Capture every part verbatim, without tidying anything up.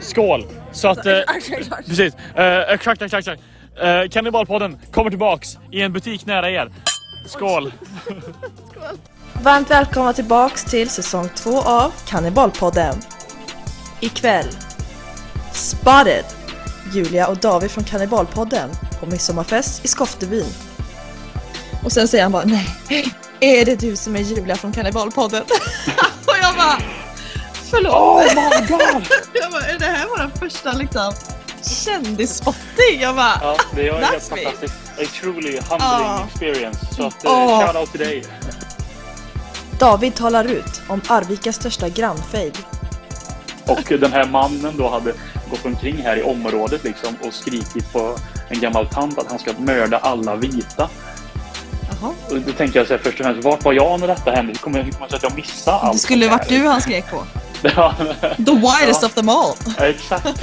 skål. Så att eh, precis. Eh, exakt exakt exakt. Eh, Kannibalpodden kommer tillbaks i en butik nära er. Skål. Skål. Varmt välkomna tillbaks till säsong två av Kannibalpodden. Ikväll Spotted Julia och David från Kannibalpodden på midsommarfest i Skoftebyn. Och sen säger han bara, nej, är det du som är Julia från Kannibalpodden? Och jag bara, förlåt. Oh my god. Jag bara, är det här vår första liksom kändisspotting? Jag bara, ja, det var helt me. fantastiskt. A truly humbling oh. experience. Så att, uh, oh. shout out till dig. David talar ut om Arvikas största grannfejd. Och den här mannen då hade gått omkring här i området liksom och skrikit på en gammal tant att han ska mörda alla vita. Jaha. Och då tänker jag så här, först och främst, vart var jag när detta hände? Det kommer jag att jag missade allt. Det skulle varit du han skrek på. Ja. The widest ja. of them all. Ja, exakt.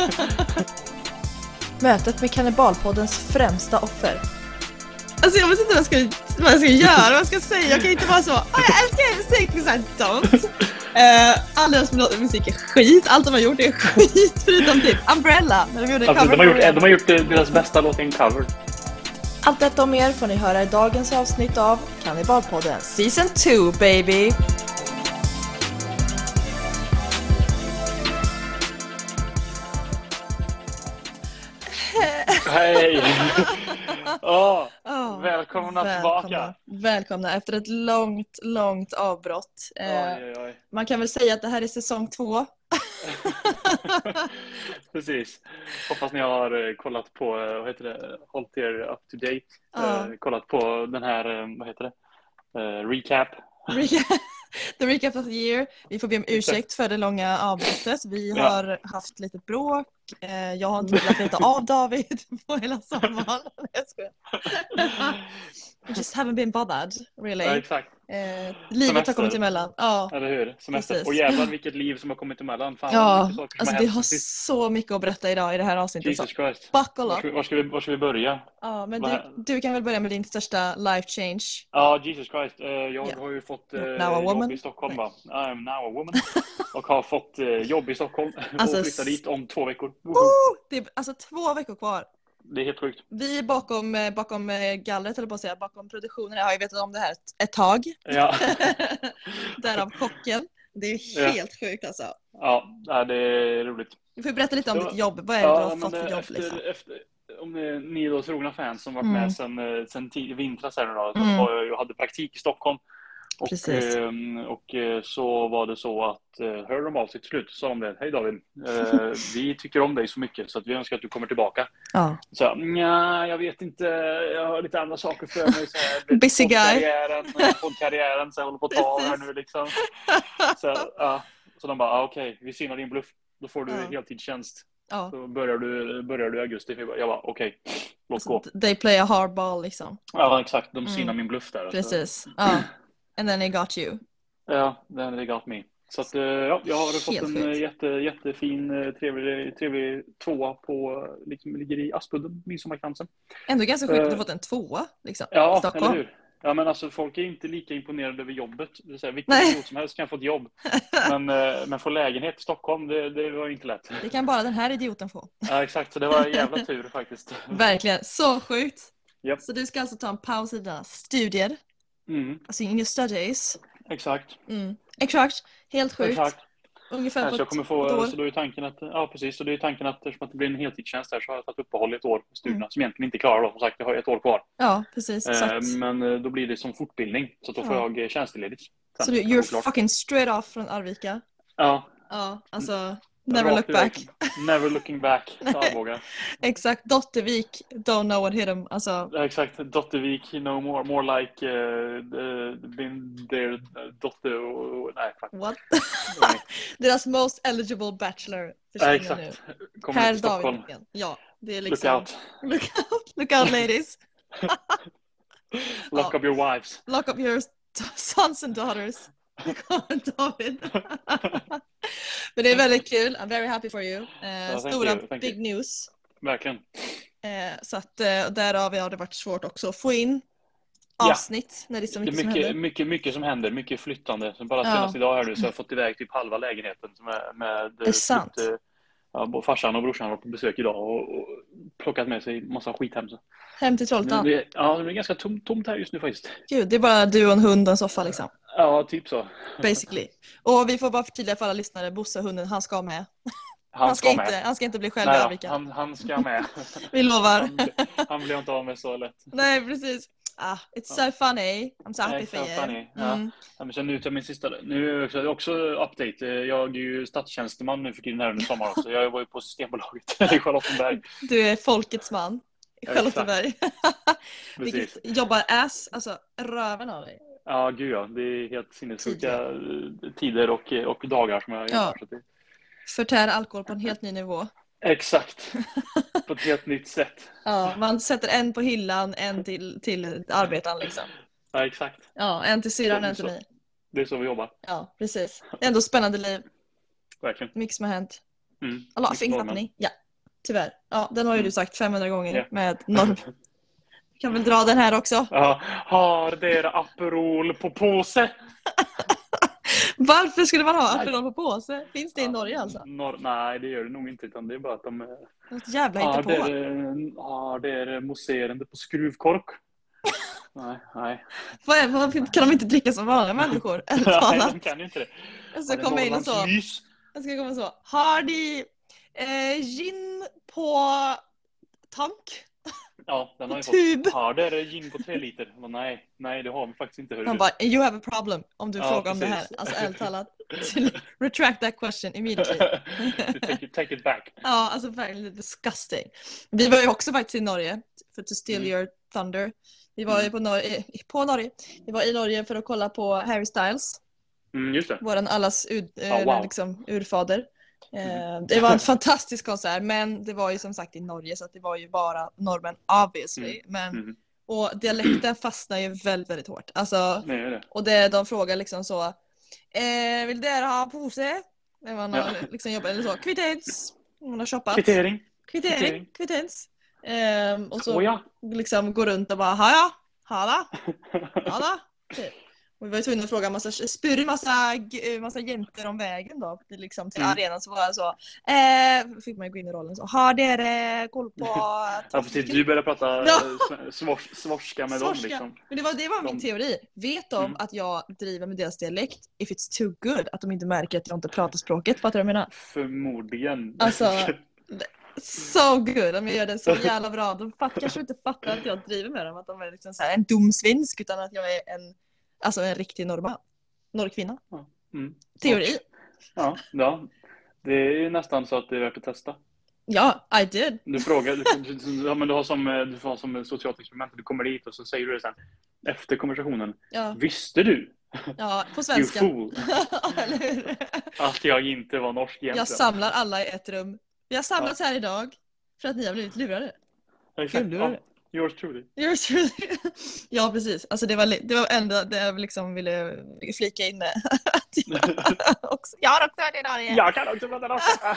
Mötet med Kannibalpoddens främsta offer. Alltså jag vet inte vad jag ska, vad jag ska göra, vad jag ska säga. Jag kan inte vara så, oh, jag älskar musik, because I don't. Uh, all deras musik är skit, allt de har gjort är skit, förutom typ Umbrella. När de, gjorde alltså, de, har gjort, de har gjort deras bästa låt i en cover. Allt detta och mer får ni höra i dagens avsnitt av Kannibalpodden Season two, baby! Hej! oh, oh, välkomna, välkomna tillbaka! Välkomna efter ett långt, långt avbrott. Oj, oj, oj. Man kan väl säga att det här är säsong två. Precis. Hoppas ni har kollat på, vad heter det, hållit er up to date. Ja. Eh, kollat på den här, vad heter det, uh, recap. Recap. The recap of the year. Vi får be om ursäkt för det långa avbrottet. Vi ja. har haft lite bråk. Eh, jag har inte velat veta av David på hela sommaren. Jag skojar. We just haven't been bothered, really. Ja, exakt. Eh, livet Semester. har kommit emellan. Ja. Eller hur? Semester. Och jävlar vilket liv som har kommit emellan. Fan, ja, alltså vi har så mycket att berätta idag i det här avsnittet. Jesus Christ. Buckle up. Var ska, vi, var, ska vi, var ska vi börja? Ja, men du, du kan väl börja med din största life change. Ja, Jesus Christ. Uh, jag yeah. har ju fått uh, jobb i Stockholm. Va? I'm now a woman. Och har fått uh, jobb i Stockholm. Alltså, och flyttar dit om två veckor. Oh, det är alltså två veckor kvar. Det är helt sjukt. Vi bakom, bakom gallret, eller på att säga, bakom produktionen har ju vetat om det här ett, ett tag. Ja. Därav chocken. Det är ju helt ja. sjukt alltså. Ja, det är roligt. Du får berätta lite om så, ditt jobb. Vad är det ja, du har fått för jobb? Efter, liksom? efter, om ni är då trogna fans som varit mm. med sen, sen tid, vintras här nu då. Mm. Så jag hade praktik i Stockholm. Och, Precis. och så var det så att hör de av sig till slut, sa de det. Hej David, eh, vi tycker om dig så mycket så att vi önskar att du kommer tillbaka. Ja. Så nja, jag vet inte, jag har lite andra saker för mig. Så här, busy guy. Poddkarriären, så jag håller på att ta här nu liksom. Så, ja. Så de bara, ah, okej, okay, vi synar din bluff. Då får du ja. heltidstjänst. Ja. Så börjar du, börjar du i augusti. Jag bara, okej, okay, låt gå. They play a hardball liksom. Ja, exakt. De synar mm. min bluff där. Precis, så. Ja. And then they got you. Ja, then they got me. Så att, ja, jag har fått helt en jätte, jättefin, trevlig, trevlig tvåa på, liksom, ligger i Aspudden, Midsommarkransen. Ändå ganska sjukt att du har fått en tvåa, liksom, ja, i Stockholm. Eller hur? Ja, men alltså folk är inte lika imponerade över jobbet. Det är så här, vilken idiot som helst kan få ett jobb. Men, men få lägenhet i Stockholm, det, det var inte lätt. Det kan bara den här idioten få. Ja, exakt. Så det var en jävla tur faktiskt. Verkligen, så sjukt. Yep. Så du ska alltså ta en paus i dina studier. Mm. Alltså in your studies. Exakt. Mm. Exakt. Helt sjukt. Exakt. Ungefär ja, på så jag kommer få, ett år. så då är tanken att, ja precis, så det är tanken att eftersom att det blir en heltidstjänst där så har jag tagit uppehåll i ett år på studierna mm. som egentligen inte klarar då. Som sagt, jag har ett år kvar. Ja, precis. Eh, men då blir det som fortbildning. Så då får ja. jag tjänsteledigt. Så du, you're fucking straight off från Arvika? Ja. Ja, alltså... Never look back. Never looking back. Exakt. Dottervik, don't know what hit him. Alltså. Exakt. Dottervik, no more. More like uh, the, been there, Dotter... Uh, nej, fuck. What? Deras most eligible bachelor. Ja, exakt. Nu. Kommer Herr till Stockholm. David. Ja, det är liksom... Look out. Look out. Look out, ladies. Lock ja. up your wives. Lock up your sons and daughters. David. Men det är väldigt kul. I'm very happy for you. Eh, ja, stora you, big you. news. Verkligen. Eh, så att eh, därav har det varit svårt också att få in avsnitt. Ja. När det är så mycket, det är mycket, som händer. mycket, mycket som händer. Mycket flyttande. Så bara senast ja. idag här nu så har jag fått iväg typ halva lägenheten. Som är med, det är sant. Flytt, Ja, både farsan och brorsan var på besök idag och, och plockat med sig massa skit hem. Så. Hem till Trollhättan? Det, ja, det är ganska tom, tomt här just nu faktiskt. Gud, det är bara du och en hund och en soffa liksom. Ja, typ så. Basically. Och vi får bara förtydliga för alla lyssnare, Bosse, hunden, han ska med. Han, han, ska, ska inte, med. han ska inte bli själv Nej, i Arvika. han, han ska med. Vi lovar. Han, han blir inte av med så lätt. Nej, precis. Ah, it's so funny. I'm so happy for you. Mm. Ja. Ja, men sen nu tar min sista. Nu är också, också update. Jag är ju statstjänsteman nu för tiden här under sommaren också. Jag var ju på Systembolaget i Charlottenberg. Du är folkets man i Charlottenberg. Vilket jobbar ass, alltså röven av dig. Ja, gud ja. Det är helt sinnessjuka tider och, och dagar som jag ja. gör. Förtär alkohol på en helt ny nivå. Exakt. På ett helt nytt sätt. Ja, man sätter en på hyllan, en till, till arbetaren liksom. Ja, exakt. Ja, en till syran, en till mig. Det är så vi jobbar. Ja, precis. Ändå spännande liv. Verkligen. Mycket som har hänt. Mm. A lot of things happening. Ja, tyvärr. Ja, den har ju mm. du sagt femhundra gånger yeah. med norm. Vi kan väl dra den här också. Ja, har det Aperol på påse? Varför skulle man ha Aperol på påse? Finns det i Norge alltså? Nor- nej, det gör det nog inte, utan det är bara att de något jävla hittar på. Ja, det är mousserande på skruvkork. nej, nej. Vad är, vad, kan de inte dricka som vanliga människor? Nej, de kan ju inte det. Jag ska komma in och så. Jag ska komma så. Har de eh, gin på tank? Ja, den har ju tub. Fått. Har det gin på tre liter? Men nej, nej, det har vi faktiskt inte. Han bara, you have a problem om du ja, frågar precis. Om det här. Alltså ärligt talat. Retract that question immediately. take, it, take it back. Ja, alltså verkligen disgusting. Vi var ju också faktiskt i Norge för to steal mm. your thunder. Vi var ju på, Nor- på Norge. Vi var i Norge för att kolla på Harry Styles. Mm, just det. Våran allas ur, oh, wow. liksom, urfader. Mm. Det var en fantastisk konsert, men det var ju som sagt i Norge så att det var ju bara normen obviously, mm. men mm. och dialekten fastnar ju väldigt väldigt hårt. Alltså Nej, det. Och det de frågar liksom så eh, vill det ha pose? När man har ja. liksom jobbat eller så kvittens. Man har shoppat. Kvittering. Kvittering, kvittens. Ehm, och så oh, ja. liksom går runt och bara ha ja, ha da. Ha da. Okay. Och vi var ju tvungna att fråga massa, spyr massa, massa jäntor om vägen då till, liksom, till mm. arenan, så var det så eh, fick man ju gå in i rollen så, har det koll på ja, precis, du började prata svors, svorska med svorska. dem liksom. Men det var, det var min teori. Vet de mm. att jag driver med deras dialekt if it's too good, att de inte märker att jag inte pratar språket, fattar du vad jag menar? Förmodligen. Alltså so good, de gör det så jävla bra. De fatt, kanske inte fattar att jag driver med dem, att de är liksom så här, en dum svensk, utan att jag är en alltså en riktig normal norrkvinna. Mm. Teori. Ja, ja, det är ju nästan så att det är värt att testa. Ja, I did. Du frågar, du, du, ja, men du har som du har som socialt experiment, du kommer dit och så säger du det sen efter konversationen. Ja. Visste du? Ja, på svenska. You fool. Eller hur? Att jag inte var norsk egentligen. Jag samlar alla i ett rum. Vi har samlats ja. här idag för att ni har blivit lurade. Exakt. Ja. Yours truly. Yours truly. Ja, precis. Alltså det var, det var ändå det jag liksom ville flika in med. jag, också, jag har också hört det idag. Jag kan också prata norska.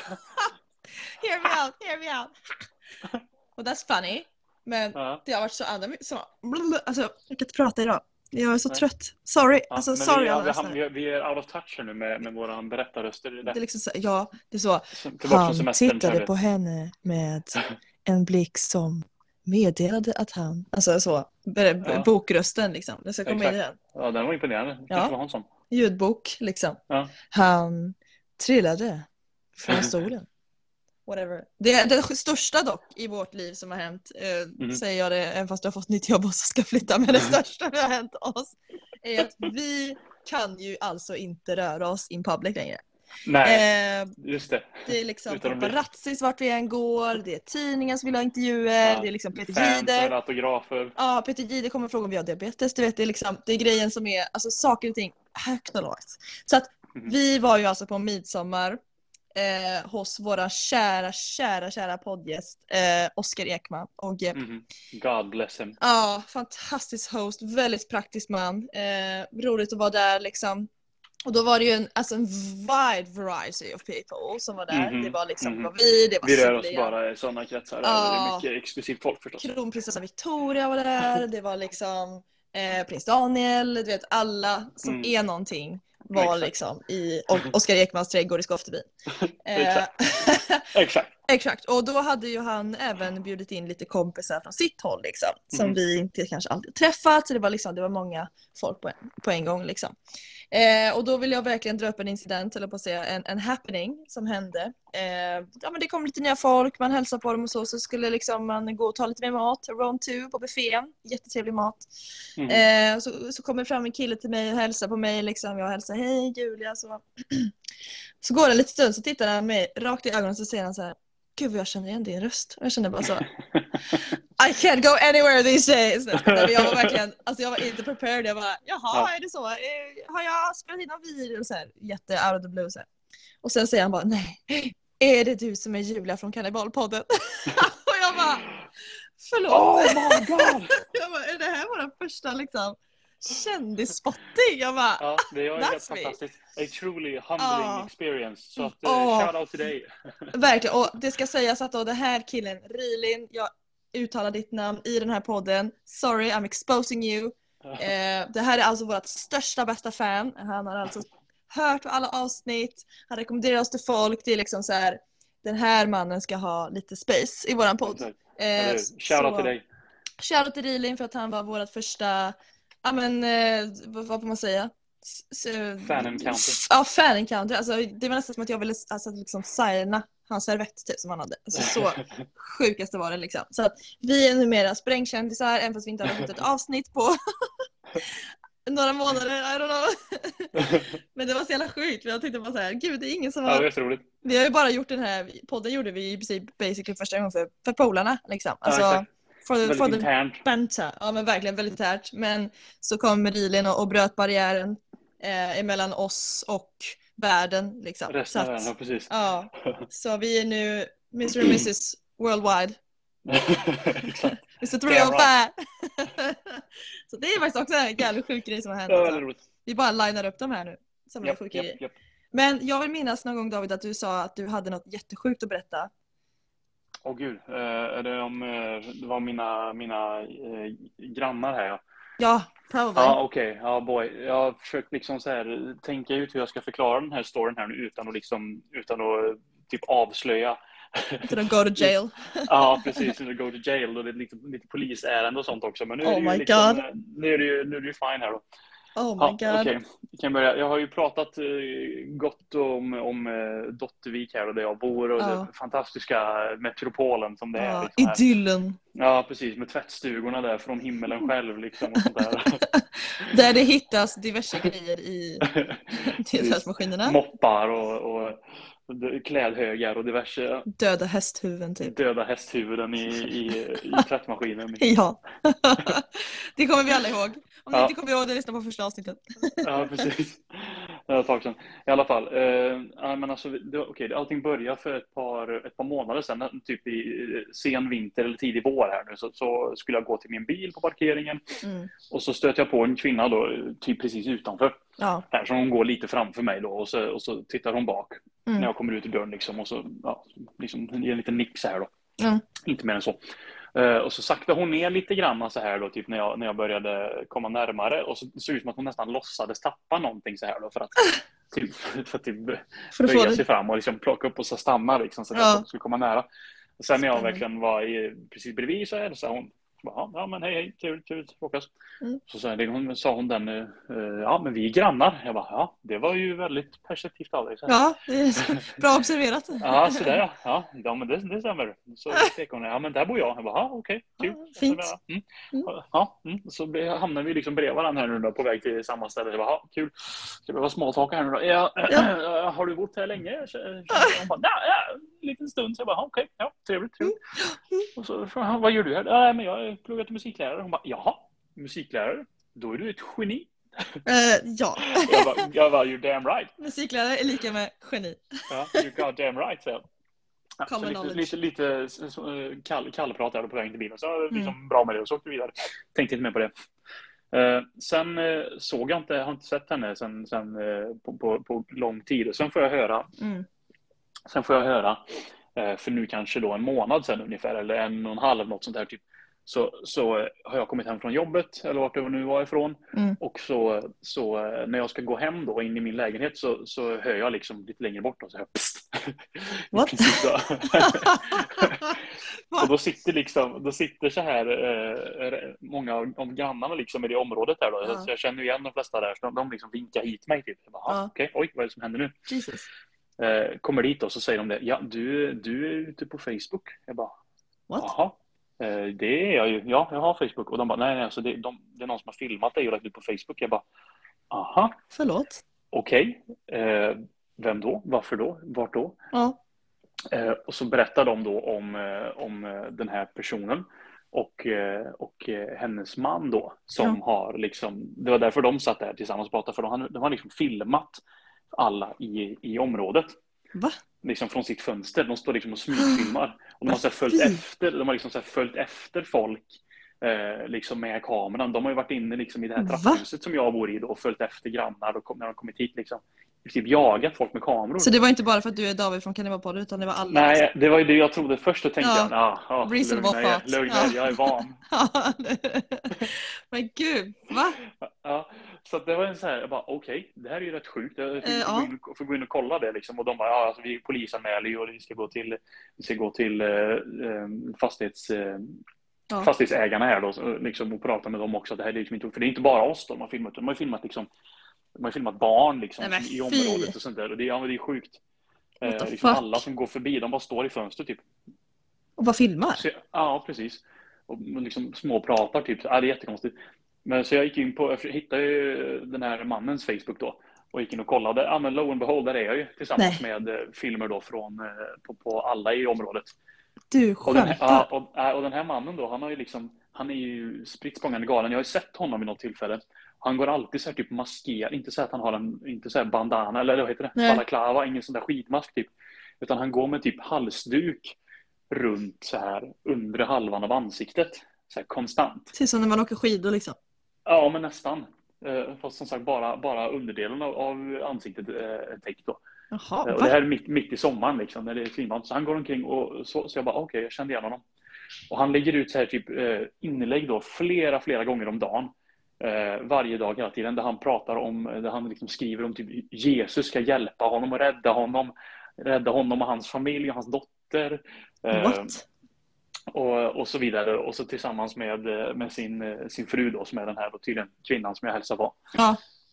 Hear me out, hear me out. Och that's funny. Men ja. det har varit så andra så, alltså jag kan inte prata idag. Jag är så Nej. trött. Sorry. Ja, alltså sorry vi, alla vi, vi, vi är out of touch nu med, med våran berättarröster. Det, det är liksom så, ja, det är så. Han tittade på henne med en blick som meddelade att han, alltså så, b- ja. bokrösten liksom. Det ska komma in i den. Ja, den var imponerande. Det ja. var han som. Ljudbok liksom. Ja. Han trillade från stolen. Whatever. Det, det största dock i vårt liv som har hänt, eh, mm. säger jag det, även fast du har fått nytt jobb och så ska flytta, men det största som har hänt oss är att vi kan ju alltså inte röra oss in public längre. Nej, eh, just det. Det är liksom paparazzis vart vi än går, det är tidningar som vill ha intervjuer, ja, det är liksom Peter Jihde. autografer. Ja, Peter Jihde kommer fråga om vi har diabetes, du vet, det är liksom, det är grejen som är, alltså saker och ting högt och lågt. Så att mm. vi var ju alltså på midsommar eh, hos våra kära, kära, kära poddgäst eh, Oskar Ekman. Och, eh, mm. God bless him. Ja, fantastisk host, väldigt praktisk man. Eh, roligt att vara där liksom. Och då var det ju en, alltså en wide variety of people som var där. Mm-hmm. Det var liksom mm-hmm. var vi, det var vi rör oss bara i sådana kretsar. Ja. Det är mycket exklusivt folk förstås. Kronprinsessan Victoria var där. Det var liksom eh, prins Daniel. Du vet, alla som mm. är någonting var Exakt. liksom i Oskar Ekmans trädgård i Skoftebyn. Exakt. Exakt. Exakt, och då hade ju han även bjudit in lite kompisar från sitt håll liksom, som Mhm. vi inte kanske alltid träffat, så det var liksom, det var många folk på en, på en gång liksom. Eh, och då vill jag verkligen dra upp en incident, eller på att säga en, en happening som hände. Eh, ja men det kom lite nya folk, man hälsade på dem och så, så skulle liksom man gå och ta lite mer mat, round two på buffén, jättetrevlig mat. Mhm. Eh, så, så kommer fram en kille till mig och hälsar på mig liksom, jag hälsar hej Julia, så så går det lite stund, så tittar han mig rakt i ögonen, så säger han så här: gud vad jag känner igen din röst. Och jag kände bara så I can't go anywhere these days. Men jag var verkligen, alltså jag var inte prepared. Jag bara, jaha, Ja. är det så? Eh, Har jag spelat in någon video? Så här, jätte out of the blue så här. Och sen säger han bara, nej, är det du som är Julia från Kannibalpodden? Och jag bara, förlåt. Oh my god! Jag bara, är det här vår första liksom kändisspotting? Jag bara, Ja, det var That's helt me. fantastiskt. A truly humbling Ja. experience. Så att, uh, Åh. shout out till dig. verkligen. Och det ska sägas att då den här killen, Rilin, jag uttalar ditt namn i den här podden. Sorry, I'm exposing you. Eh, det här är alltså vårt största, bästa fan. Han har alltså hört alla avsnitt. Han rekommenderar oss till folk. Det är liksom så här, den här mannen ska ha lite space i våran podd. Eh, Shout out till dig. Shoutout till Rilin för att han var vårt första, ja men, eh, vad, vad får man säga? S- s- Fan encounter. Ja, fan encounter. Alltså, det var nästan som att jag ville alltså, liksom signa hans servett typ, som han hade. Alltså, så sjukaste var det liksom. Så att vi är numera sprängkändisar, även fast vi inte har fått ett avsnitt på några månader, I don't know. Men det var så jävla sjukt, för jag tänkte bara så här, gud, det är ingen som Ja, det har... är så roligt. Vi har ju bara gjort den här, podden gjorde vi i princip basically första gången för, för polarna liksom. Alltså, Ja, exakt. for the, Väldigt for the internt. banter. Ja men verkligen väldigt tärt. Men så kom Rilin och, och bröt barriären eh, emellan oss och världen liksom. Resten av Så att- världen, ja precis. Ja, så vi är nu mister och missus Worldwide. Exakt. mister Damn tre oh fem. Så det är faktiskt också en jävligt sjuk grej som har hänt. Ja, Alltså. väldigt roligt. Vi bara linar upp dem här nu. Som är Japp, sjuka japp, grejer. japp. Men jag vill minnas någon gång, David, att du sa att du hade något jättesjukt att berätta. Åh gud, eh, är det om eh, det var mina, mina eh, grannar här? Ja, Ja, probably. ja okej. Ja, boy. Jag har försökt liksom så här, tänka ut hur jag ska förklara den här storyn här nu utan att liksom, utan att typ avslöja. Utan att go to jail. Ja, precis. Eller go to jail och det är lite, lite polisärende och sånt också. Men nu är Oh det ju my liksom, God. nu är det ju, nu är det ju fine här då. Oh my Ja, god. okej. Vi kan börja. Jag har ju pratat eh, gott om, om eh, Dottervik här och där jag bor och Ja. den fantastiska metropolen som det är. Ja, Liksom här. idyllen. Ja, precis. Med tvättstugorna där från himmelen själv liksom och sånt där. Där det hittas diverse grejer i tvättmaskinerna. Moppar och, och klädhögar och diverse Döda hästhuvuden typ. döda hästhuvuden i, i, i tvättmaskinen. Ja. Det kommer vi alla ihåg. Om ni Ja. inte kommer ihåg det, lyssna på första avsnittet. Ja, precis. Det var ett tag sedan. I alla fall. Eh, ja, men alltså, det, okej, allting började för ett par, ett par månader sedan. Typ i sen vinter eller tidig vår här nu. Så, så skulle jag gå till min bil på parkeringen. Mm. Och så stöter jag på en kvinna då, typ precis utanför. Ja. Här, så hon går lite framför mig då. Och så, och så tittar hon bak. Mm. När jag kommer ut ur dörren liksom. Och så ja, liksom, ger en liten nick så här då. Mm. Inte mer än så. Uh, och så sakta hon ner lite grann så här då, typ när jag, när jag började komma närmare. Och så det såg ut som att hon nästan låtsades tappa någonting så här då. För att typ, för att typ För att få böja det. sig fram och liksom plocka upp och så stanna liksom. Så att Ja. jag skulle komma nära. Och sen när jag Spännande. verkligen var i, precis bredvid så här, så sa hon. Ja, ja men hej hej, kul, kul, råkas. Mm. Så sa, det, hon, sa hon den, uh, ja men vi är grannar. Jag bara, ja det var ju väldigt perceptivt av dig. Så här. Ja, det är bra observerat. Ja, sådär ja. Ja, ja men det, det stämmer. Så pekade hon, ja men där bor jag. Jag bara, ja okej, kul. Ja, fint. Så, mm. Mm. Ja, mm. Så be- hamnar vi liksom bredvid varandra här nu då, på väg till samma ställe. Jag bara, ja kul. Ska vi vara småtalka här nu då? Ja, Ja. har du bott här länge? Hon bara, ja, ja, en liten stund. Så jag bara, ja, okej, ja, trevligt, trevligt. Mm. Och så, ja, vad gör du här? Ja, men jag pluggar till musiklärare. Hon bara, jaha, musiklärare? Då är du ett geni. Eh, ja. Jag bara, jag bara, you're damn right. Musiklärare är lika med geni. Ja, you're goddamn right, så. Ja, så Common lite, knowledge. lite, lite så- så, kall, kallpratade på vägen till bilen. Så jag var liksom bra med det och så åkte vi vidare. Tänkte inte mer på det. Eh, sen eh, såg jag inte, har inte sett henne sen, sen eh, på, på, på lång tid. Och sen får jag höra, Mm. sen får jag höra eh, för nu kanske då en månad sen ungefär, eller en och en halv, något sånt där typ. så, så har jag kommit hem från jobbet eller vart det nu var ifrån. Mm. Och så, så när jag ska gå hem då in i min lägenhet så, så hör jag liksom lite längre bort och så hör jag psst. What? Och då sitter liksom då sitter så här eh, många av, av grannarna liksom i det området där då. Ja. Så jag känner igen de flesta där så de, de liksom vinkar hit mig typ. Jag bara, Ja. okej, oj, vad är det som händer nu? Jesus. Eh, kommer dit och så säger de det. Ja, du, du är ute på Facebook. Jag bara, What? jaha. Eh, det är jag ju. Ja, jag har Facebook. Och de bara, nej, nej, alltså det, de, det är någon som har filmat dig och lagt ut på Facebook. Jag bara, aha, Förlåt. okej. Eh, vem då? Varför då? Vart då? Ja. Eh, och så berättar de då om, eh, om eh, den här personen och, eh, och eh, hennes man då som Ja. har liksom, det var därför de satt där tillsammans och pratade, för de, de har liksom filmat alla i, i området. Va? Liksom från sitt fönster. De står liksom och smygfilmar. Och de har så här följt efter, de har liksom så här följt efter folk eh, liksom med kameran. De har ju varit inne liksom i det här Va? trapphuset som jag bor i då och följt efter grannar och kom, när de kommit hit liksom. Typ jagat folk med kameror. Så det var inte bara för att du är David från Kannibalpodden utan det var alla? Nej, det var ju det jag trodde först. Och tänkte Ja. jag, ja, ja, Reasonable lugna er, thought. lugna Ja. er, jag är van. Men gud, va? Ja, så att det var en så här, jag bara okej, okay, det här är ju rätt sjukt. Jag får, Eh, får, ja. gå in, får gå in och kolla det liksom. Och de bara, ja, alltså, vi polisanmäler ju och vi ska gå till, vi ska gå till eh, eh, fastighets... Eh, Ja. fastighetsägarna här då, så, liksom, och prata med dem också. Det här är liksom inte, för det är inte bara oss då, de har filmat, de har filmat liksom, de har filmat barn liksom, Nej, men i fy. området och sånt där. Och det, ja, men det är sjukt. What the Eh, liksom fuck? alla som går förbi, de bara står i fönster typ. Och vad filmar? Så, ja, precis. Och liksom småpratar typ. Ja, det är jättekonstigt. Men så jag gick in på, jag hittade ju den här mannens Facebook då. Och gick in och kollade. Ja, men lo and behold, där är jag ju tillsammans Nej. med eh, filmer då från, eh, på, på alla i området. Du Och den, här, skämtar? ja, och, äh, och den här mannen då, han har ju liksom, han är ju spritt språngande galen. Jag har ju sett honom vid något tillfälle. Han går alltid så här typ maskerad, inte så att han har en, inte så här bandana eller vad heter det? Nej. Balaklava, ingen sån där skitmask typ. Utan han går med typ halsduk runt så här undre halvan av ansiktet. Så här konstant. Ser ut som när man åker skidor liksom. Ja, men nästan. Eh, fast som sagt bara, bara underdelen av, av ansiktet är eh, täckt då. Jaha, Och va? det här är mitt, mitt i sommaren liksom, när det är klimat. Så han går omkring och så, så jag bara okej, okay, jag kände igen honom. Och han lägger ut så här typ eh, inlägg då flera, flera gånger om dagen. Eh, varje dag hela tiden. Där han pratar om, där han liksom skriver om typ Jesus ska hjälpa honom och rädda honom. Rädda honom och hans familj och hans dotter. Eh, What? och, och så vidare. Och så tillsammans med, med sin, sin fru då, som är den här då, tydligen kvinnan som jag hälsar på. Ja.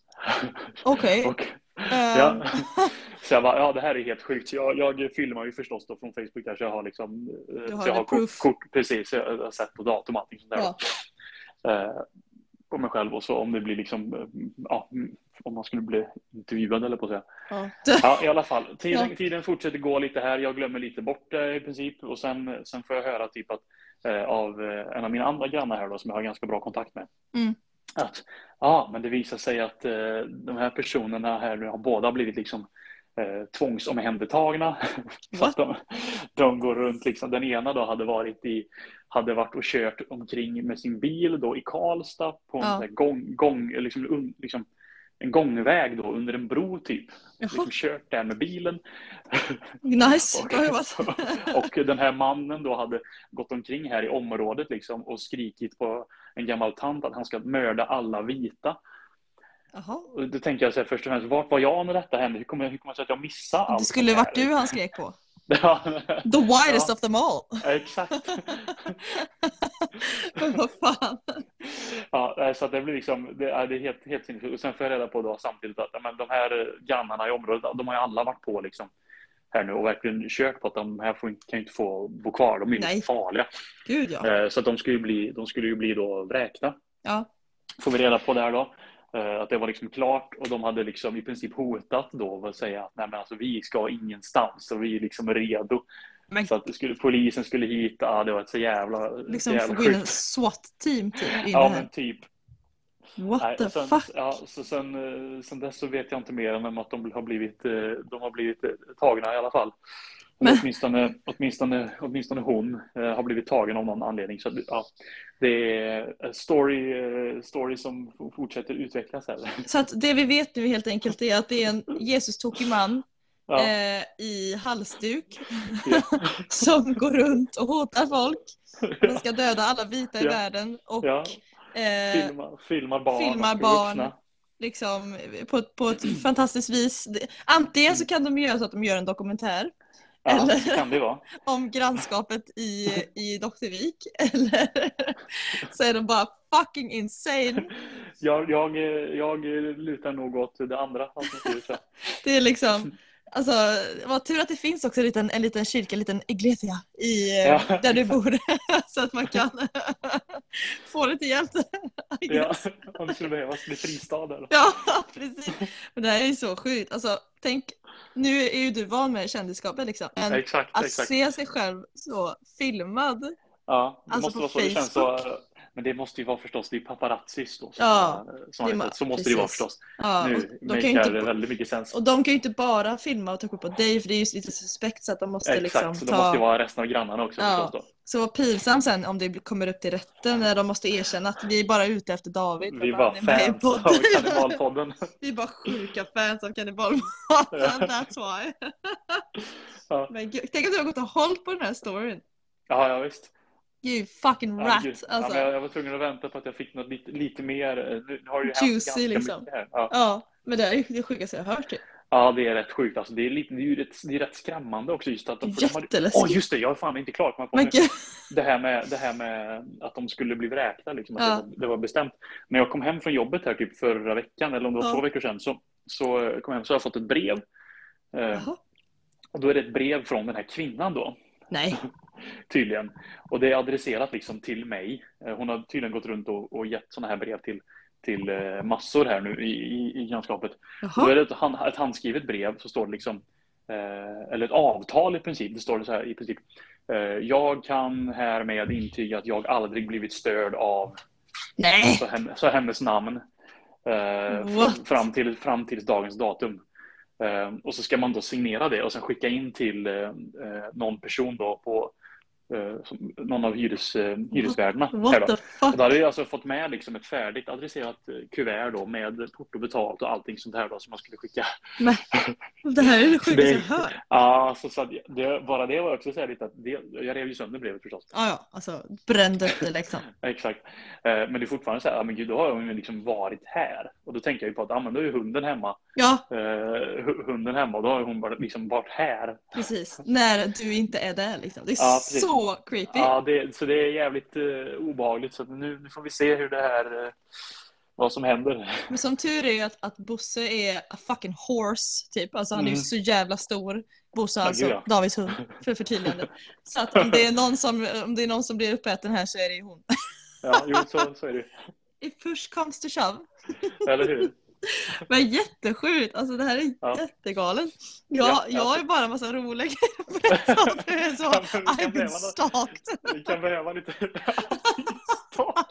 Okej. Och, Ehm. ja. Så jag bara, ja det här är helt sjukt. Så jag, jag filmar ju förstås då från Facebook där, så jag har liksom Du har så jag har proof. kort, kort, precis, jag har sett på datum och allting sånt där. Ja. Eh, på mig själv, och så om det blir liksom, eh, ja, om man skulle bli intervjuad eller på att säga. Ja. Ja, i alla fall. Tiden, Ja. tiden fortsätter gå lite här. Jag glömmer lite bort det i princip. Och sen, sen får jag höra typ att eh, av eh, en av mina andra grannar här då, som jag har ganska bra kontakt med. Mm. Att ja, men det visar sig att eh, de här personerna här nu har båda blivit liksom eh, tvångsomhändertagna. Så att de, de går runt liksom. Den ena då hade varit i hade varit och kört omkring med sin bil då i Karlstad på en Ja. sån här gång, gång liksom, un, liksom en gångväg då under en bro typ. Jaha. Liksom kört där med bilen. Nice. och, Bra jobbat. och den här mannen då hade gått omkring här i området liksom och skrikit på en gammal tant att han ska mörda alla vita. Jaha. Och då tänker jag så här, först och främst, vart var jag när detta hände? Hur kommer jag, hur kommer jag säga att jag missade allt? Det skulle det här? varit du han skrek på. Ja. The widest Ja. of them all. Exakt. Men vad fan. Ja, så att det blir liksom, det är, det är helt, helt sinnessjukt. Och sen får jag reda på då samtidigt att men, de här grannarna i området, de har ju alla varit på liksom här nu och verkligen kört på att de här får, kan ju inte få bo kvar. De är Nej. ju farliga. Gud ja. Eh, Så att de skulle ju bli, de skulle ju bli då vräkta. Ja. Får vi reda på där då. eh, Att det var liksom klart och de hade liksom i princip hotat då att säga att nej men alltså vi ska ingenstans och vi är liksom redo. Men Så att det skulle, polisen skulle hit, ja det var ett så jävla, liksom jävla få gå in en sjukt. SWAT-team typ in Ja här. men typ. What Nej, the sen, fuck? ja, så sen, eh, sen dess så vet jag inte mer än att de har blivit, eh, de har blivit eh, tagna i alla fall. Men- Åtminstone, åtminstone, åtminstone hon eh, har blivit tagen av någon anledning. Så, att, ja, det är en story, eh, story som fortsätter utvecklas här. Så att det vi vet nu helt enkelt är att det är en Jesus-tokig man Ja. eh, i halsduk Ja. som går runt och hotar folk. De ska döda alla vita i Ja. världen och Ja. eh, Filmar, filmar barn filmar och barn. vuxna. Liksom, på, ett- på ett fantastiskt vis. Antingen Mm. så kan de göra så att de gör en dokumentär. Ja, Eller så kan det vara. om grannskapet i, i Doktorvik. Eller så är de bara fucking insane. Jag, jag, jag lutar nog åt det andra alternativet, tror jag. Det är liksom, alltså, vad tur att det finns också en liten, en liten kyrka, en liten iglesia i, Ja. där du bor. Så att man kan få lite hjälp. I Ja, guess. om det skulle behövas bli fristad där. Ja, precis. Men det här är ju så sjukt. Alltså, tänk, nu är ju du van med kändisskapet liksom. Men Exakt, att exakt. se sig själv så filmad. Ja, det Alltså måste på vara så. Det känns så. Facebook. Men det måste ju vara förstås, det är paparazzis då. Som Ja, är, som det är, ma- så måste precis. det vara förstås. Ja, Nu och de make kan ju inte, det väldigt mycket sens. och de kan ju inte bara filma och ta upp på dig, för det är ju lite suspekt, så att de måste Exakt, liksom så ta... det måste ju vara resten av grannarna också, Ja. förstås då. Så vad pinsamt sen om det kommer upp till rätten när de måste erkänna att vi är bara ute efter David. Vi är Och bara han är med i fans podden. av Kannibalpodden. Vi är bara sjuka fans av Kannibalpodden, that's why. Ja. Men gud, tänk att du har gått och hållit på den här storyn. Ja, ja visst. You fucking Ja, rat. gud. Alltså. Ja, men jag, jag var tvungen att vänta på att jag fick något lite, lite mer. Nu har det ju hänt Juicy, ganska liksom. mycket här. Ja. Ja, men det är ju det sjukaste jag har hört. Typ. Ja, det är rätt sjukt. Alltså, det är lite, det är ju rätt, det är rätt skrämmande också just att de, för de hade- Jätteläskigt. Åh, just det, jag är fan inte klar. Kom jag på Men nu. gud. Det här med det här med att de skulle bli vräkta liksom, att Ja. det, var, det var bestämt. När jag kom hem från jobbet här typ förra veckan eller om det var Ja. två veckor sedan så så kom jag hem så har jag fått ett brev. Eh, Jaha. och då är det ett brev från den här kvinnan då. Nej. Tydligen. Och det är adresserat liksom till mig. Eh, Hon har tydligen gått runt och, och gett såna här brev till, till eh, massor här nu i, i, i grannskapet. Då Jaha. är det ett, hand, ett handskrivet brev så står det liksom, eh, eller ett avtal i princip. Det står det så här i princip. Eh, jag kan härmed intyga att jag aldrig blivit störd av Nej. så, hen, så hennes namn. Eh, What? fr- fram, till, fram till dagens datum. Eh, och så ska man då signera det och sen skicka in till eh, eh, någon person då på eh, som, någon av hyres, eh, hyresvärdarna. här What då. the Och fuck? då hade jag alltså fått med liksom ett färdigt adresserat eh, kuvert då med porto betalt och allting sånt här då som man skulle skicka. Men, det här är det sjukaste Det- jag hört. Ja, så, så att det, bara det var också så här lite att det, jag rev ju sönder brevet förstås. Ja, ja, alltså brände upp det liksom. Exakt. Eh, Men det är fortfarande så här, ja, men gud, då har hon ju liksom varit här. Och då tänker jag ju på att, ja men då är ju hunden hemma. Ja, Eh, hu- hunden hemma och då har hon bara liksom varit här. precis. När du inte är där liksom. Det är Ja, precis. så creepy. Ja, det, så det är jävligt eh, obehagligt. Så att nu, nu får vi se hur det här, eh, vad som händer. Men som tur är ju att, att Bosse är a fucking horse, typ. Alltså han är ju Mm. så jävla stor. Bosse Ja, alltså, gud, ja. Davids hund, för förtydligande. Så att om det är någon som, om det är någon som blir uppäten här så är det ju hon. Ja, jo, så, så är det. If push comes to shove. Eller hur? Men jättesjukt, alltså det här är Ja. jättegalen. Jag, Ja, jag alltså. har ju bara en massa roliga grejer att berätta att du är så, Ja, men vi kan I've been behöva något. stalked. Vi kan behöva lite start.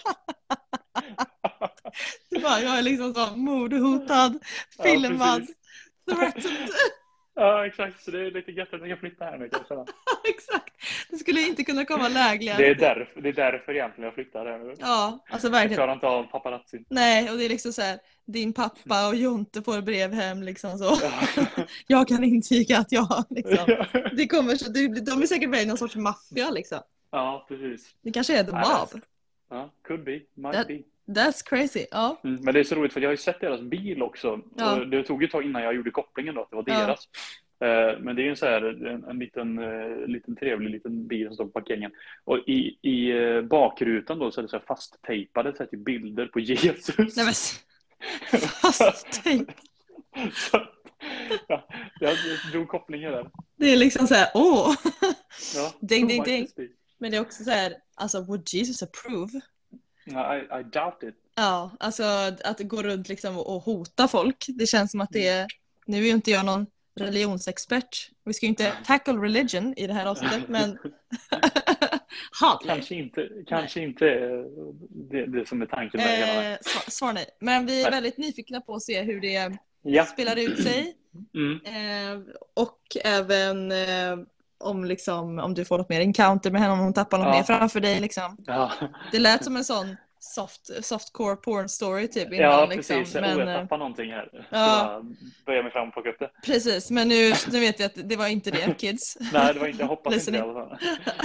Du bara, jag är liksom så mordhotad, Ja, filmad, precis. threatened. Ja, exakt. Så det är lite gött att jag kan flytta här nu. Kan jag känna. Exakt. Det skulle inte kunna komma lägligare. Det är, därför, det är därför egentligen jag flyttar här nu. Ja, alltså Jag verkligen. klarar inte av paparazzi. Nej, och det är liksom så här, din pappa och Jonte får brev hem liksom så. Ja. Jag kan intyga att jag liksom. Det kommer så, de de är säkert med i någon sorts maffia liksom. Ja, precis. Det kanske är the Nej, mob. Ja, could be, might That- be. That's crazy. Ja. Mm, men det är så roligt för jag har ju sett deras bil också. Ja. Och det tog ju ett tag innan jag gjorde kopplingen då att det var Ja. deras. Eh, Men det är ju en, så här, en, en liten, eh, liten trevlig liten bil som står på parkeringen. Och i, i eh, bakrutan då så är det så här fasttejpade så här, typ bilder på Jesus. Nej men fast tejp. Så, ja, jag drog kopplingen där. Det är liksom så här, åh. Ja, Ding, ding, might ding. just be. Men det är också så här, alltså would Jesus approve? Ja, I, I doubt it. Ja, alltså att gå runt liksom och hota folk. Det känns som att det är, nu är ju inte jag någon religionsexpert. Vi ska ju inte tackle religion i det här avsnittet, men hardly. Kanske inte, kanske inte eh, det, det som är tanken med hela det. Eh, svar, svar nej. Men vi är Nej. väldigt nyfikna på att se hur det Ja. spelar ut sig. Mm. Eh, och även eh, om, liksom, om du får något mer encounter med henne, om hon tappar något Ja. mer framför dig. Liksom. Ja. Det lät som en sån soft, softcore porn story typ innan. Ja, liksom. precis. Men, oh, jag tappar någonting här. Jag ska ja. bara böja mig fram och plocka upp det. Precis, men nu, nu vet jag att det var inte det, kids. Nej, det var inte. Jag hoppas Listening. inte det i alla fall.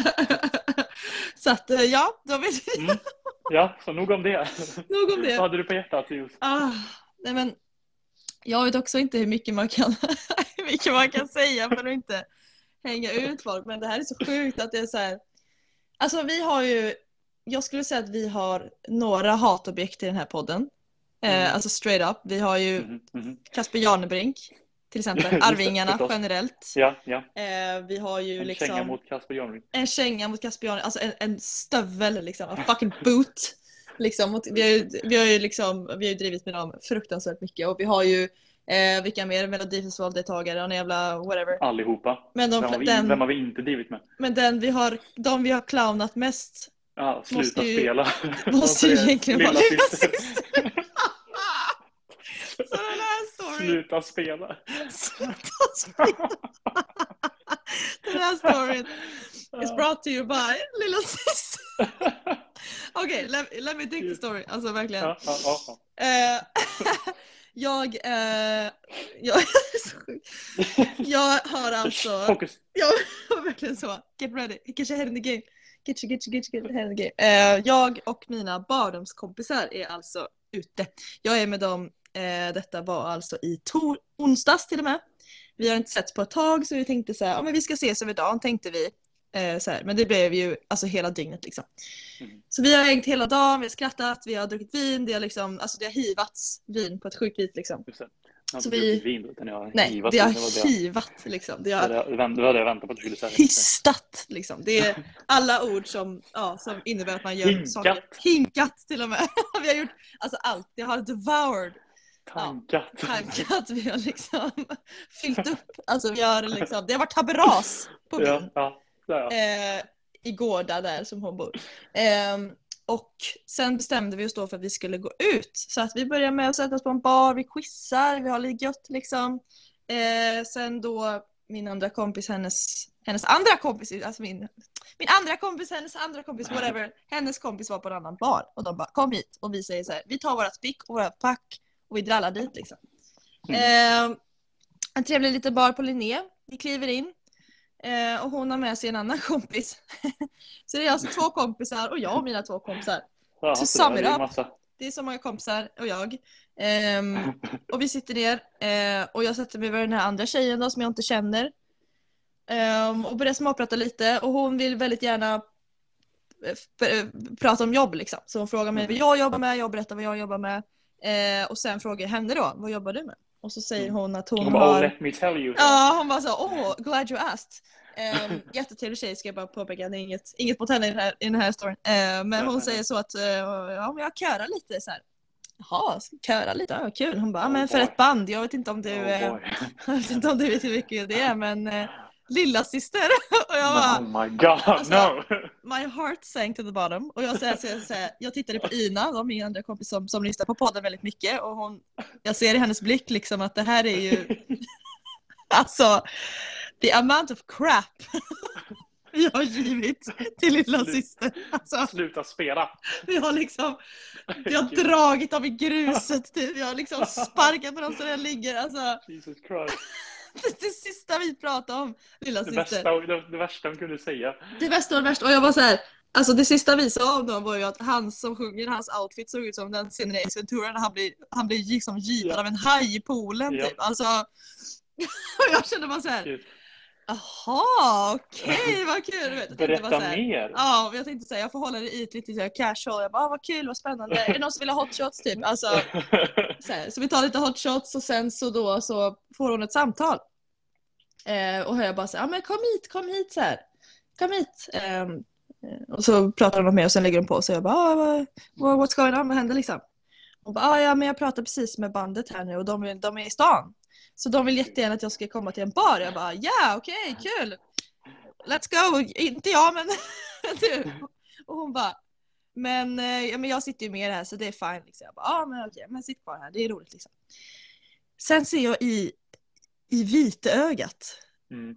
Så att, ja, då vet jag. Mm. Ja, så nog om det. Nog om det. Vad hade du på hjärtat, Jos? Ah, nej men, jag vet också inte hur mycket man kan, hur mycket man kan säga för att inte hänga ut folk. Men det här är så sjukt att det är så här. Alltså vi har ju, jag skulle säga att vi har några hatobjekt i den här podden. Mm. Eh, alltså straight up. Vi har ju Mm, mm. Kasper Janebrink till exempel. Arvingarna Förstås. generellt. Ja, ja. Eh, vi har ju En liksom känga mot Kasper Janebrink. en känga mot Kasper Janebrink. Alltså en, en stövel liksom. En fucking boot. Liksom. Och vi, har ju, vi har ju liksom vi har ju drivit med dem fruktansvärt mycket. Och vi har ju eh, vilka mer Melodifestivaldeltagare och en jävla whatever. Allihopa. Men de, vem, har vi, den, vem har vi inte drivit med? men den vi har, de vi har clownat mest Ja, sluta måste ju- spela. måste ju Varför är egentligen vara lilla lilla syster? syster. Så den här storyn. Sluta spela. Sluta spela. Den här storyn is brought to you by lilla syster. Okej, okay, let, let me take the story. Alltså verkligen. Ja, ja, ja. Eh, jag, eh, jag, jag har alltså, Fokus. jag var verkligen så, get ready, get your head in the game. Get your, get your, get your, get your head in the game. Eh, jag och mina barndomskompisar är alltså ute. Jag är med dem, eh, detta var alltså i tor- onsdags till och med. Vi har inte sett på ett tag så vi tänkte så här, ja men vi ska ses över dagen tänkte vi. Eh, så här. Men det blev ju alltså hela dygnet liksom. Mm. Så vi har hängt hela dagen, vi har skrattat, vi har druckit vin, det har liksom, alltså det har hivats vin på ett sjukt vis liksom. Just det. Jag Så har inte vi- druckit vin, utan jag har Nej, hivat det har vin, det var det. hivat liksom. Det Det har var det jag- det var det jag väntade på att du skulle säga. histat liksom. Det är alla ord som, ja, som innebär att man gör Hinkat. saker. Hinkat till och med. Vi har gjort alltså allt. Det har devoured. Tankat. Tankat. Vi har liksom fyllt upp. Alltså vi har liksom, det har varit taberas på vin. Ja, ja. Där, ja. Eh, i Gårda där som hon bor. Eh, och sen bestämde vi oss då för att vi skulle gå ut. Så att vi börjar med att sätta oss på en bar, vi quizar, vi har lite gött liksom. Eh, sen då min andra kompis, hennes, hennes andra kompis, alltså min, min andra kompis, hennes andra kompis, whatever. Hennes kompis var på en annan bar och de bara kom hit. Och vi säger så här, vi tar våra spick och våra pack och vi drallar dit liksom. Eh, en trevlig liten bar på Linné. Vi kliver in. Eh, och hon har med sig en annan kompis. Så det är alltså två kompisar och jag och mina två kompisar. Ja, to så sum det it är up. massa. Det är så många kompisar och jag. Ehm, och vi sitter ner eh, och jag sätter mig med den här andra tjejen då, som jag inte känner. Ehm, och börjar småprata lite och hon vill väldigt gärna eh, f- prata om jobb liksom. Så hon frågar mig vad jag jobbar med, jag berättar vad jag jobbar med. Eh, och sen frågar jag henne då, vad jobbar du med? Och så säger hon att hon Hon bara, oh, har... let me tell you. Ja, hon bara så, oh, glad you asked. Um, jättetrevlig tjej ska jag bara påpeka. Det är inget, inget mot henne i den här, i den här storyn. Uh, men hon säger så att uh, ja, men jag körar lite så här. Jaha, ska köra lite, ja, kul. Hon bara, Oh, men för boy. ett band. Jag vet inte om du, Oh, uh, boy. jag vet inte om du vet hur mycket det är, men uh, lilla syster. Och jag bara, Men, oh my god, Alltså, no! my heart sank to the bottom. Och jag, så här, så här, så här, jag tittade på Ina, de min andra kompis som, som lyssnar på podden väldigt mycket. Och hon, jag ser i hennes blick liksom att det här är ju... Alltså, the amount of crap vi har givit till lilla syster. Alltså, Sluta spela. vi har liksom vi har dragit dem i gruset. Typ. Vi har liksom sparkat på dem så den ligger. Alltså, Jesus Christ. det, det sista vi pratade om, lilla Det syster. värsta, det, det värsta hon kunde säga. Det värsta och det värsta. Och jag var så här, alltså det sista vi sa om dem var ju att han som sjunger, hans outfit såg ut som den scenen i Ace Ventura när han blir, han blir liksom gipad Ja. av en haj i poolen Ja. typ. Alltså, och jag kände bara så här, Gud. jaha, okej, vad kul. Du vet, jag tänkte bara Berätta så här, mer. ja, och jag tänkte säga, jag får hålla det ytligt lite så här casual. Jag bara, ah, vad kul, vad spännande. Är det någon som vill ha hot shots typ? Alltså, så, här, så vi tar lite hot shots och sen så då så får hon ett samtal. Eh, och jag bara så här, ja men kom hit, kom hit så här. Kom hit. Eh, och så pratar de med och sen lägger de på så jag bara, ah, vad, vad, what's going on, vad händer liksom? Och bara, ah, ja men jag pratar precis med bandet här nu och de, de är i stan. Så de vill jättegärna att jag ska komma till en bar. Jag bara, ja yeah, okej, okay, kul. Let's go. Inte jag men du. Och hon bara, men, eh, ja, men jag sitter ju med här så det är fine. Liksom. Jag bara, ja ah, men okej, men sitt kvar här, det är roligt liksom. Sen ser jag i, i vitögat Mm.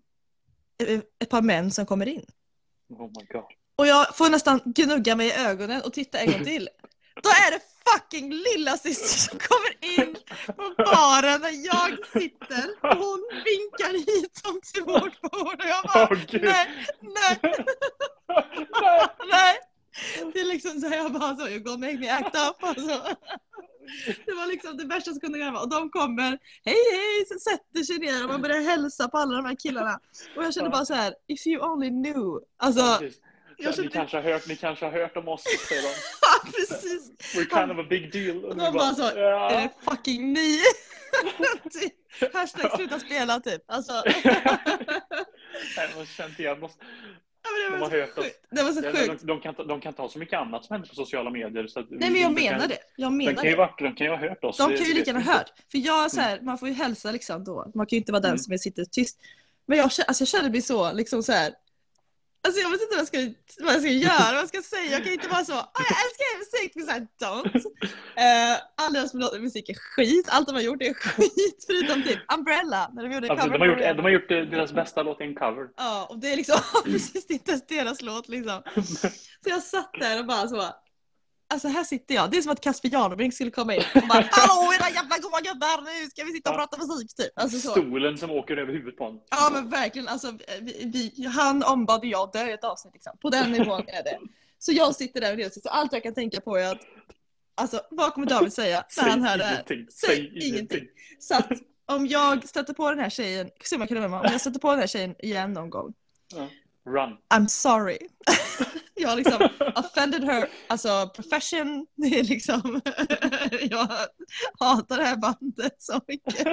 ett par män som kommer in. Oh my god. Och jag får nästan gnugga mig i ögonen och titta en gång till. Då är det fucking lilla syster som kommer in på baren där jag sitter och hon vinkar hit som till vårt bord och jag bara, Åh, Gud. nej, nej, Nej. nej. Det är liksom så här, jag bara så, you gonna make me act up. Alltså. Det var liksom det värsta som kunde göra. Och de kommer, hej hej, så sätter sig ner och man börjar hälsa på alla de här killarna. Och jag kände bara så här, if you only knew. Alltså, Precis. jag kände... Ni, kanske har hört, ni kanske har hört om oss, säger de. Ja, precis. We're kind of a big deal. Och de bara så, ja. är det fucking ni? Hashtag sluta spela typ. Alltså. Nej, man känner igen måste... Ja, men det De var har så hört oss. sjukt. Det var så De, sjukt. de, de, kan, ta- de kan ta så mycket annat som händer på sociala medier. Så att Nej, men jag de menar kan, det. Jag De menar kan, ju det. varit, de kan ju ha hört oss. De det- kan ju det lika vet gärna vi hört. För jag så här, man får ju hälsa liksom då. Man kan ju inte vara den Mm. som sitter tyst. Men jag, alltså, jag kände mig så, liksom så här. Alltså jag vet inte vad jag ska, vad jag ska göra, vad jag ska säga. Jag kan inte vara så, ah, jag älskar musik, men såhär, don't. Uh, all deras musik är skit, allt de har gjort är skit, förutom typ Umbrella. När de, gjorde Alltså, cover de, har gjort, på- de har gjort eh, deras bästa låt i en cover. Ja, och det är liksom precis inte ens deras låt liksom. Så jag satt där och bara så, alltså här sitter jag, det är som att Kasper Jarnbrink skulle komma in och bara, hallå era jävla goa gubbar, nu ska vi sitta och prata musik typ. Alltså så. Stolen som åker över huvudet på honom. Ja men verkligen, alltså, vi, vi, han ombad jag dö i ett avsnitt liksom. På den nivån är det. Så jag sitter där och det, så allt jag kan tänka på är att, alltså vad kommer David säga när han hör det här? ingenting. Säg Säg ingenting. Så att om jag stöter på den här tjejen, se om jag kan remember, om jag stöter på den här tjejen igen någon gång, Ja. Run. I'm sorry. Jag har liksom offended her, alltså profession, det är liksom, jag hatar det här bandet så mycket.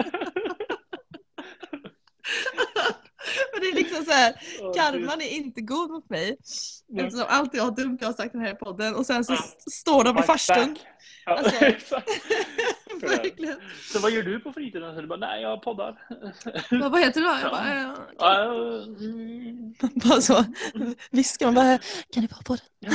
Men det är liksom så här, Åh, karman är inte god mot mig. Nej. Eftersom allt jag har dumt jag har sagt i den här podden och sen så s- står de i Fight farstun. back. Ja, Alltså- exakt. Verkligen. Så vad gör du på fritiden? Så du bara, nej jag poddar. Vad, vad heter det då? Jag bara, ja. Ja, mm. bara så viskar man bara, kan du vara på den?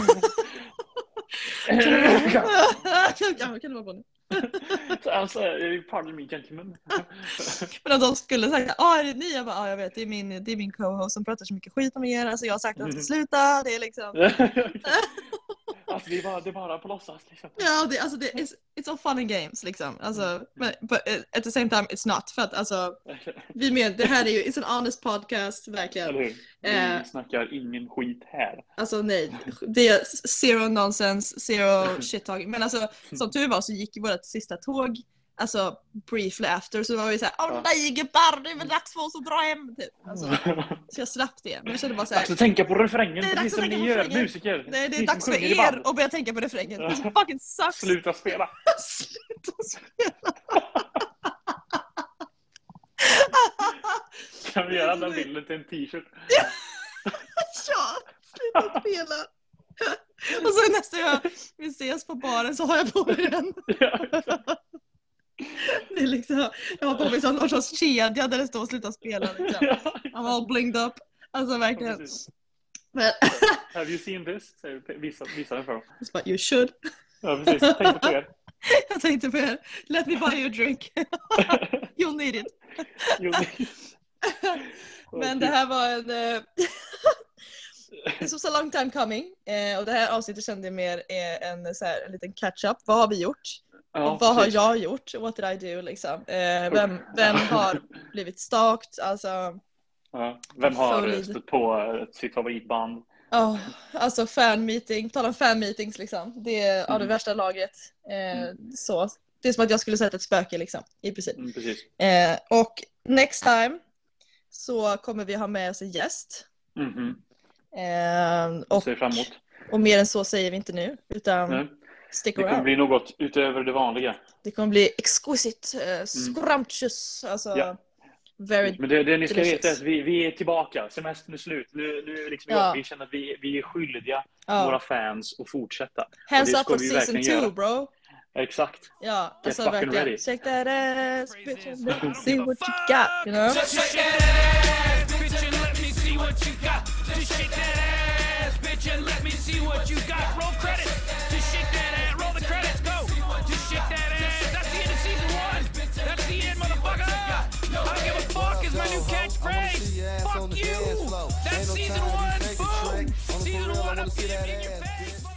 Kan, kan du vara på den? Alltså, pardon me gentlemen. Men om de skulle sagt, ja är det ni? Jag bara, ja jag vet, det är min, det är min co-host som pratar så mycket skit om er. Alltså jag har sagt att jag ska sluta, det är liksom. Alltså det är bara, det är bara på låtsas liksom. Ja, det, alltså det är, it's all fun and games liksom. Alltså, men but at the same time it's not. För att alltså, vi men, det här är ju, it's an honest podcast, verkligen. Eller hur? Vi Eh. snackar ingen skit här. Alltså nej, det är zero nonsense, zero shit talking. Men alltså, som tur var så gick ju vårt sista tåg, alltså briefly after, så var vi såhär, åh Ja. nej gubbar, det är väl dags för oss att dra hem typ. Alltså, så jag slapp det, men jag kände bara såhär, Alltså tänka på refrängen, Det är precis dags att som tänka ni på gör, refrängen. musiker. nej det Ni är som dags för sjunger i band. er att börja tänka på refrängen. Det fucking sucks. Sluta spela. Sluta spela. Kan vi göra den bilden till en t-shirt? Ja, sluta spela. Och så nästa gång vi ses på baren så har jag på mig den. Ja, exakt. Det är liksom, jag har på mig sån någon sorts kedja där det står sluta spela liksom. Ja, I'm all blinged up. Alltså verkligen. precis. Men, Have you seen this? Säger visa, visa den för dem. but you should. Ja, precis. Tänk på er. Jag tänkte på er. Let me buy you a drink. You'll need it. Jo, Men det här var en... eh, This was a long time coming. Eh, och det här avsnittet kände jag mer är en, så här, en liten catch-up. Vad har vi gjort? Ja, Och vad har precis. jag gjort? What did I do? Liksom? Eh, vem, vem har blivit stalked? Alltså, Ja. Vem har Följd. stött på eh, sitt favoritband? oh, alltså fan-meeting. Tala om fan-meetings liksom. Det är av det Mm. värsta laget. Eh, så. Det är som att jag skulle sätta ett spöke liksom, i princip. Mm, precis. Eh, och next time så kommer vi ha med oss en gäst. Mhm. Eh, och, Ser fram emot. och mer än så säger vi inte nu, utan Nej. stick Det kommer around. bli något utöver det vanliga. Det kommer bli exquisite, eh, scrumptious, alltså Ja. very... Men det, det ni ska delicious. veta är att vi, vi är tillbaka. Semestern är slut. Nu, nu är liksom Ja. jag, vi känner att vi, vi är skyldiga Ja. våra fans att fortsätta. Hands Och det up ska for vi season verkligen two, göra. bro. Exakt. Ja, alltså fucking verkligen. ready. Check that ass, bitch, and let me see what you got, you know? Just shake that ass, bitch, and let me see what you got. Just shake that ass, bitch, and let me see what you got. Roll credits. Just shake that ass, roll the credits, go. Just shake that ass. That's the end of season one. That's the end, motherfucker. I don't give a fuck is my new catchphrase. Fuck you. That's season one. Boom. Season one. I'm in your face.